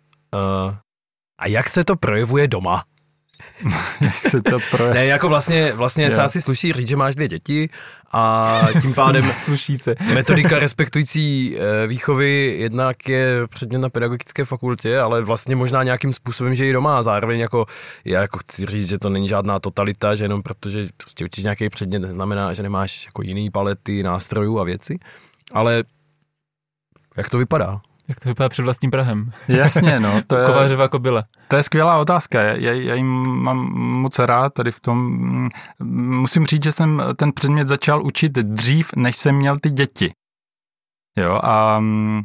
A jak se to projevuje doma? Jak se to projevuje? Ne, jako vlastně se asi sluší říct, že máš 2 děti a tím pádem sluší se. Metodika respektující výchovy jednak je předmět na pedagogické fakultě, ale vlastně možná nějakým způsobem, že i doma a zároveň jako já jako chci říct, že to není žádná totalita, že jenom protože prostě učíš nějaký předmět neznamená, že nemáš jako jiný palety nástrojů a věci, ale jak to vypadá? Jak to vypadá před vlastním prahem? Jasně, no. To je Kovářová kobyla. To je skvělá otázka. Já jim mám moc rád tady v tom. Musím říct, že jsem ten předmět začal učit dřív, než jsem měl ty děti. Jo, a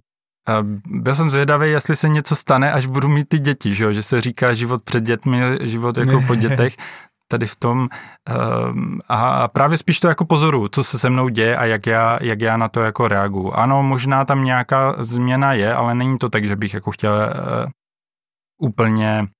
byl jsem zvědavý, jestli se něco stane, až budu mít ty děti, že se říká život před dětmi, život jako po dětech. Tady v tom a právě spíš to jako pozoru, co se mnou děje a jak já na to jako reaguju. Ano, možná tam nějaká změna je, ale není to tak, že bych jako chtěl úplně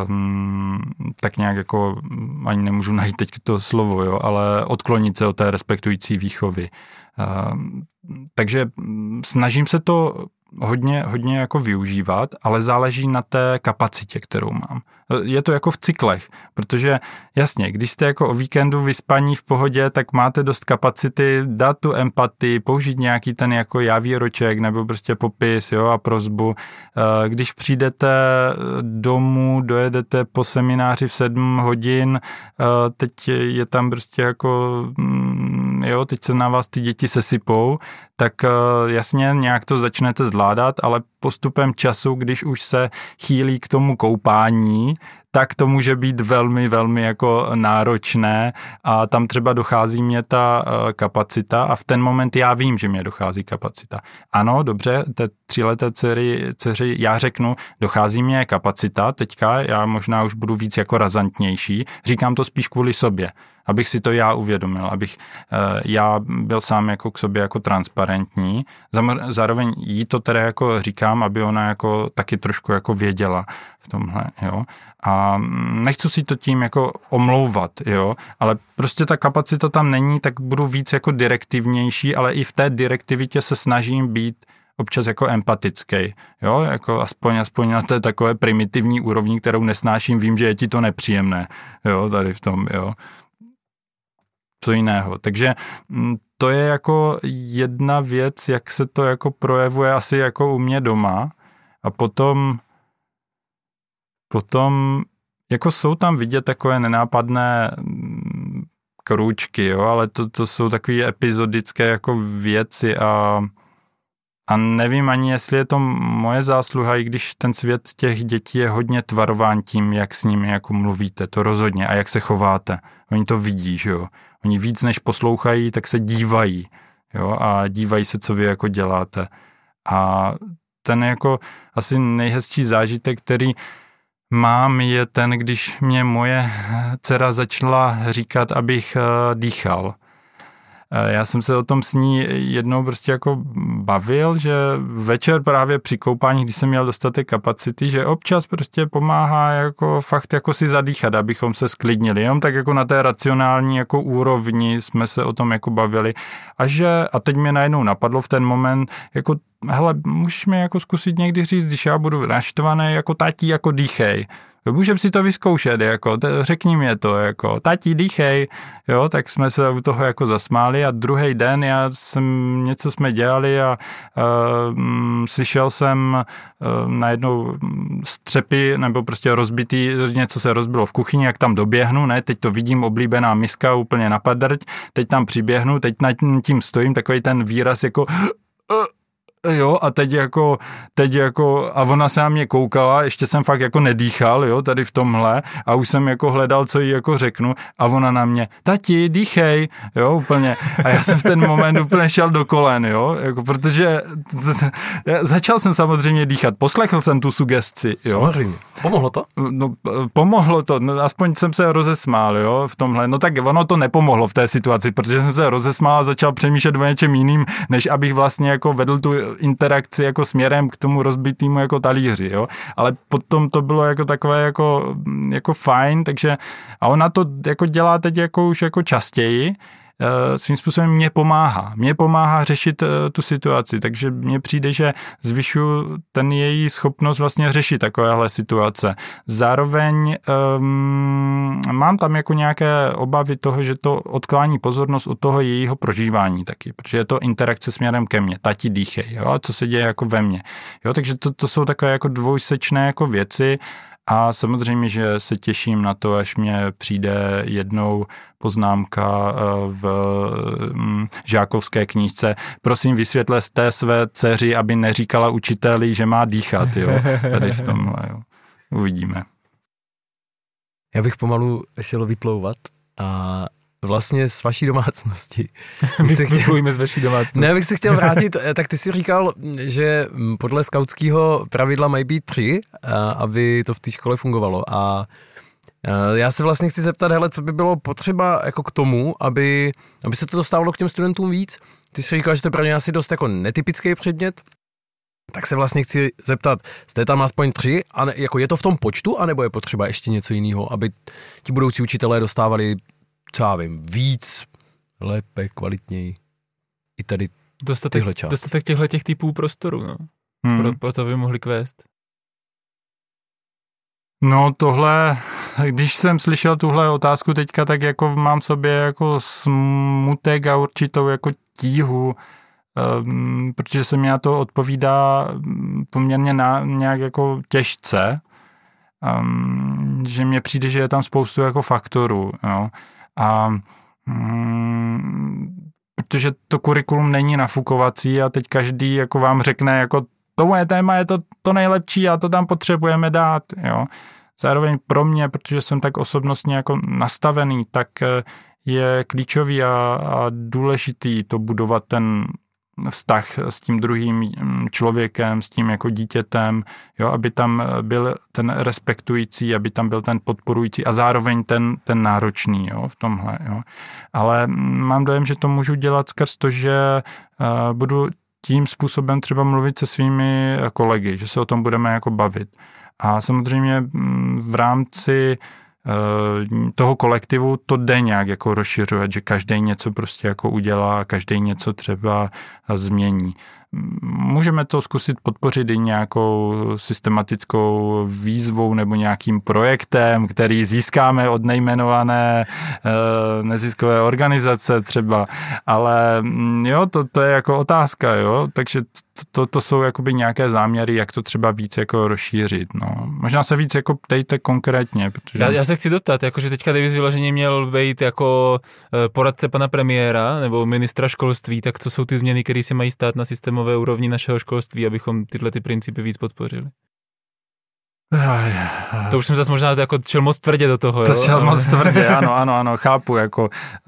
tak nějak jako, ani nemůžu najít teď to slovo, jo, ale odklonit se od té respektující výchovy. Takže snažím se to hodně jako využívat, ale záleží na té kapacitě, kterou mám. Je to jako v cyklech, protože jasně, když jste jako o víkendu vyspaní v pohodě, tak máte dost kapacity dát tu empatii, použít nějaký ten jako jávíroček nebo prostě popis, jo, a prosbu. Když přijdete domů, dojedete po semináři v 7 hodin, teď je tam prostě jako, jo, teď se na vás ty děti sesypou, tak jasně nějak to začnete zvládat, ale postupem času, když už se chýlí k tomu koupání, tak to může být velmi, velmi jako náročné a tam třeba dochází mě ta kapacita a v ten moment já vím, že mě dochází kapacita. Ano, dobře, té 3leté dceři já řeknu, dochází mě kapacita, teďka já možná už budu víc jako razantnější, říkám to spíš kvůli sobě, abych si to já uvědomil, abych já byl sám jako k sobě jako transparentní, zároveň jí to teda jako říkám, aby ona jako taky trošku jako věděla v tomhle, jo. A nechci si to tím jako omlouvat, jo, ale prostě ta kapacita tam není, tak budu víc jako direktivnější, ale i v té direktivitě se snažím být občas jako empatický, jo, jako aspoň na té takové primitivní úrovni, kterou nesnáším, vím, že je ti to nepříjemné, jo, tady v tom, jo. Co jiného. Takže to je jako jedna věc, jak se to jako projevuje asi jako u mě doma a potom jako jsou tam vidět takové nenápadné krůčky, jo, ale to jsou takové epizodické jako věci a nevím ani, jestli je to moje zásluha, i když ten svět těch dětí je hodně tvarován tím, jak s nimi jako mluvíte, to rozhodně, a jak se chováte. Oni to vidí, že jo. Oni víc než poslouchají, tak se dívají, jo, a dívají se, co vy jako děláte. A ten jako asi nejhezčí zážitek, který mám, je ten, když mě moje dcera začala říkat, abych dýchal. Já jsem se o tom s ní jednou prostě jako bavil, že večer právě při koupání, když jsem měl dostatek kapacity, že občas prostě pomáhá jako fakt jako si zadýchat, abychom se sklidnili. Jenom tak jako na té racionální jako úrovni jsme se o tom jako bavili. A teď mě najednou napadlo v ten moment, jako hele, můžeš mi jako zkusit někdy říct, když já budu naštvaný, jako tati, jako dýchej. Můžeme si to vyzkoušet, jako, řekni mi to, jako, tati, dýchej, jo, tak jsme se u toho jako zasmáli a druhý den něco jsme dělali a slyšel jsem najednou střepy nebo prostě rozbitý, něco se rozbilo v kuchyni, jak tam doběhnu, ne, teď to vidím, oblíbená miska úplně na padrť, teď tam přiběhnu, teď nad tím stojím, takový ten výraz jako jo, a teď jako, a ona se na mě koukala, ještě jsem fakt jako nedýchal, jo, tady v tomhle, a už jsem jako hledal, co jí jako řeknu, a ona na mě, tati, dýchej, jo, úplně, a já jsem v ten moment úplně šel do kolen, jo, jako, protože začal jsem samozřejmě dýchat, poslechl jsem tu sugestci, jo. Samozřejmě. Pomohlo to? No, pomohlo to, no, aspoň jsem se rozesmál, jo, v tomhle, no tak ono to nepomohlo v té situaci, protože jsem se rozesmál a začal přemýšlet o něčem jiným, než abych vlastně jako vedl tu interakci jako směrem k tomu rozbitýmu jako talíři, jo. Ale potom to bylo jako takové jako fajn, takže a ona to jako dělá teď jako už jako častěji, svým způsobem mě pomáhá řešit tu situaci, takže mně přijde, že zvyšuju ten její schopnost vlastně řešit takovéhle situace. Zároveň mám tam jako nějaké obavy toho, že to odklání pozornost od toho jejího prožívání taky, protože je to interakce směrem ke mně, tati dýchej, jo, a co se děje jako ve mně. Jo, takže to jsou takové jako dvojsečné jako věci. A samozřejmě, že se těším na to, až mě přijde jednou poznámka v žákovské knížce. Prosím, vysvětlete své dceři, aby neříkala učiteli, že má dýchat, jo, tady v tomhle, jo. Uvidíme. Já bych pomalu šel vyplouvat a vlastně z vaší domácnosti. Vyplujeme z vaší domácnosti. Ne, bych se chtěl vrátit, tak ty jsi říkal, že podle skautského pravidla mají být 3, aby to v té škole fungovalo. A já se vlastně chci zeptat, hele, co by bylo potřeba jako k tomu, aby se to dostávalo k těm studentům víc. Ty jsi říkal, že to je pro ně asi dost jako netypický předmět. Tak se vlastně chci zeptat, jste tam aspoň 3, a jako je to v tom počtu, anebo je potřeba ještě něco jiného, aby ti budoucí učitelé dostávali, co já vím, víc, lépe, kvalitněji i tady tyhle části. Dostatek těchto typů prostoru, no. Pro to by mohli kvést. No tohle, když jsem slyšel tuhle otázku teďka, tak jako mám v sobě jako smutek a určitou jako tíhu, protože se mi na to odpovídá poměrně nějak jako těžce, že mně přijde, že je tam spoustu jako faktorů, jo. A protože to kurikulum není nafukovací a teď každý jako vám řekne, jako to moje téma je to nejlepší a to tam potřebujeme dát, jo. Zároveň pro mě, protože jsem tak osobnostně jako nastavený, tak je klíčový a důležitý to budovat ten vztah s tím druhým člověkem, s tím jako dítětem, jo, aby tam byl ten respektující, aby tam byl ten podporující a zároveň ten náročný, jo, v tomhle, jo. Ale mám dojem, že to můžu dělat skrz to, že budu tím způsobem třeba mluvit se svými kolegy, že se o tom budeme jako bavit. A samozřejmě v rámci toho kolektivu to jde nějak jako rozšiřovat, že každý něco prostě jako udělá, každý něco třeba změní. Můžeme to zkusit podpořit i nějakou systematickou výzvou nebo nějakým projektem, který získáme od nejmenované neziskové organizace třeba, ale jo, to je jako otázka, jo, takže to jsou jakoby nějaké záměry, jak to třeba víc jako rozšířit, no. Možná se víc jako ptejte konkrétně, protože... Já se chci doptat, jakože teďka kdybys vyloženě měl být jako poradce pana premiéra nebo ministra školství, tak co jsou ty změny, které se mají stát na systémové úrovni našeho školství, abychom tyhle ty principy víc podpořili? To už jsem zase možná jako šel moc tvrdě do toho, to šel moc tvrdě, ano, chápu, jako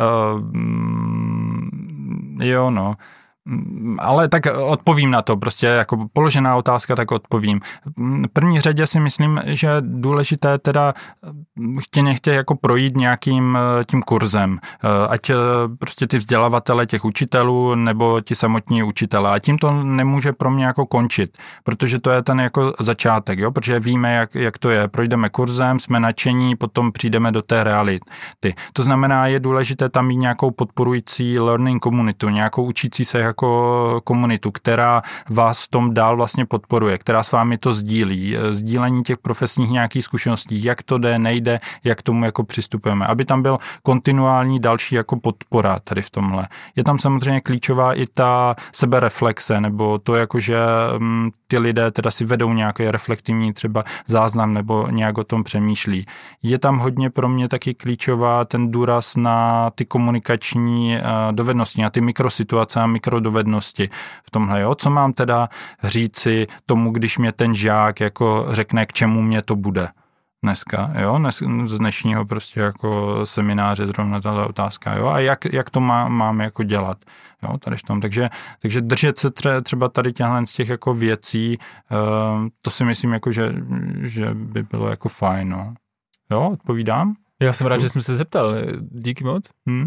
jo, no. Ale tak odpovím na to, prostě jako položená otázka, tak odpovím. V první řadě si myslím, že je důležité teda nechtě jako projít nějakým tím kurzem, ať prostě ty vzdělavatele těch učitelů nebo ti samotní učitelé. A tím to nemůže pro mě jako končit, protože to je ten jako začátek, jo, protože víme, jak to je. Projdeme kurzem, jsme nadšení, potom přijdeme do té reality. To znamená, je důležité tam mít nějakou podporující learning komunitu, nějakou učící se jako komunitu, která vás v tom dál vlastně podporuje, která s vámi to sdílí, sdílení těch profesních nějakých zkušeností, jak to jde, nejde, jak k tomu jako přistupujeme, aby tam byl kontinuální další jako podpora tady v tomhle. Je tam samozřejmě klíčová i ta sebereflexe, nebo to jako, že ty lidé teda si vedou nějaký reflektivní třeba záznam nebo nějak o tom přemýšlí. Je tam hodně pro mě taky klíčová ten důraz na ty komunikační dovednosti, na ty mikrosituace a mikrodovednosti v tomhle, jo. Co mám teda říci tomu, když mě ten žák jako řekne, k čemu mě to bude dneska, jo, z dnešního prostě jako semináře zrovna tahle otázka, jo, a jak to mám jako dělat, jo, tady v tom, takže držet se třeba tady těchhle z těch jako věcí, to si myslím jako, že by bylo jako fajn, no. Jo, odpovídám? Já jsem rád, že jsem se zeptal, díky moc.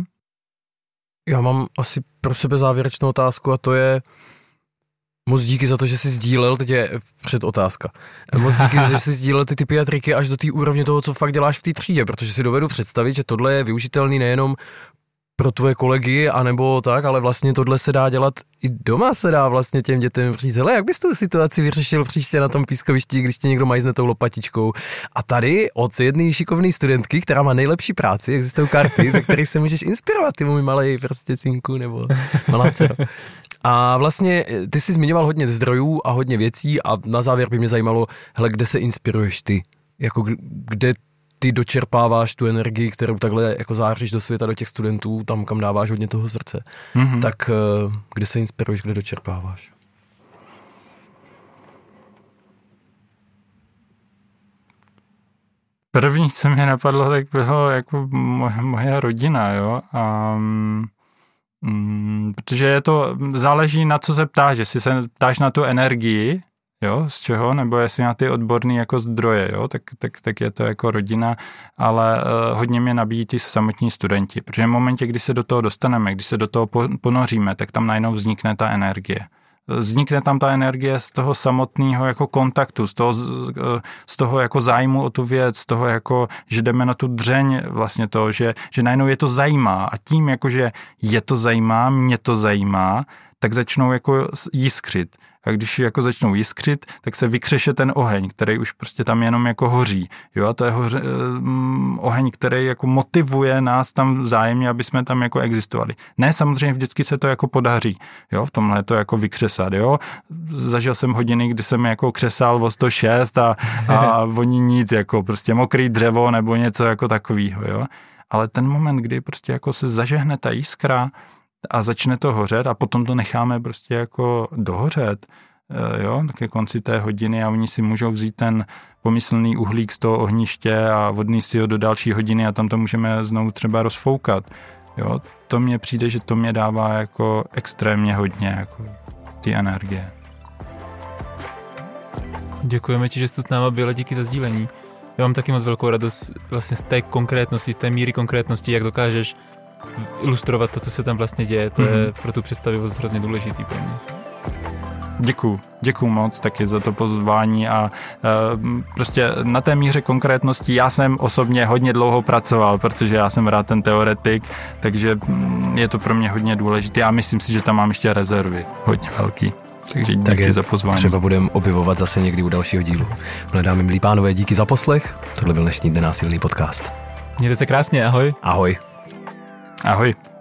Já mám asi pro sebe závěrečnou otázku a to je moc díky za to, že jsi sdílel, teď je předotázka, moc díky, že jsi sdílel ty typy a triky až do té úrovně toho, co fakt děláš v té třídě, protože si dovedu představit, že tohle je využitelný nejenom pro tvoje kolegy, anebo tak, ale vlastně tohle se dá dělat i doma, se dá vlastně těm dětem říct, hele, jak bys tu situaci vyřešil příště na tom pískovišti, když tě někdo majzne tou lopatičkou. A tady od jedné šikovné studentky, která má nejlepší práci, existují karty, ze kterých se můžeš inspirovat, ty můj malej prostě synku nebo malá dcero. A vlastně ty jsi zmiňoval hodně zdrojů a hodně věcí a na závěr by mě zajímalo, hele, kde se inspiruješ ty? Jako kde ty dočerpáváš tu energii, kterou takhle jako záříš do světa, do těch studentů, tam, kam dáváš hodně toho srdce. Mm-hmm. Tak kde se inspiruješ, kde dočerpáváš? První, co mě napadlo, tak bylo jako moje rodina, jo. Protože je to, záleží na co se ptáš, jestli se ptáš na tu energii, jo, z čeho, nebo jestli na ty odborné jako zdroje, jo, tak je to jako rodina, ale hodně mě nabíjí ty samotní studenti, protože v momentě, kdy se do toho dostaneme, když se do toho ponoříme, tak tam najednou vznikne ta energie. Vznikne tam ta energie z toho samotného jako kontaktu, z toho jako zájmu o tu věc, z toho jako, že jdeme na tu dřeň vlastně toho, že najednou je to zajímá a tím jako, že je to zajímá, mě to zajímá, tak začnou jako jiskřit. A když jako začnou jiskřit, tak se vykřeše ten oheň, který už prostě tam jenom jako hoří. Jo, a to je oheň, který jako motivuje nás tam vzájemně, aby jsme tam jako existovali. Ne, samozřejmě vždycky se to jako podaří. Jo, v tomhle to jako vykřesat, jo. Zažil jsem hodiny, kdy jsem jako křesal o 106 a oni nic, jako prostě mokrý dřevo nebo něco jako takového, jo. Ale ten moment, kdy prostě jako se zažehne ta jiskra a začne to hořet a potom to necháme prostě jako dohořet, jo, tak ke konci té hodiny a oni si můžou vzít ten pomyslný uhlík z toho ohniště a odníst si ho do další hodiny a tam to můžeme znovu třeba rozfoukat. Jo, to mně přijde, že to mě dává jako extrémně hodně jako ty energie. Děkujeme ti, že jsi tu s náma byla, díky za sdílení. Já mám taky moc velkou radost vlastně z té konkrétnosti, z té míry konkrétnosti, jak dokážeš ilustrovat to, co se tam vlastně děje. To je pro tu představivost hrozně důležitý pro mě. Děkuju moc taky za to pozvání a prostě na té míře konkrétnosti já jsem osobně hodně dlouho pracoval, protože já jsem rád ten teoretik, takže je to pro mě hodně důležité a myslím si, že tam mám ještě rezervy hodně velký. Takže díky za pozvání. Třeba budeme objevovat zase někdy u dalšího dílu. Milé dámy, milí pánové, díky za poslech. Tohle byl dnešní Nenásilný podcast. Mějte se krásně, ahoj. Ahoj. Ahoj.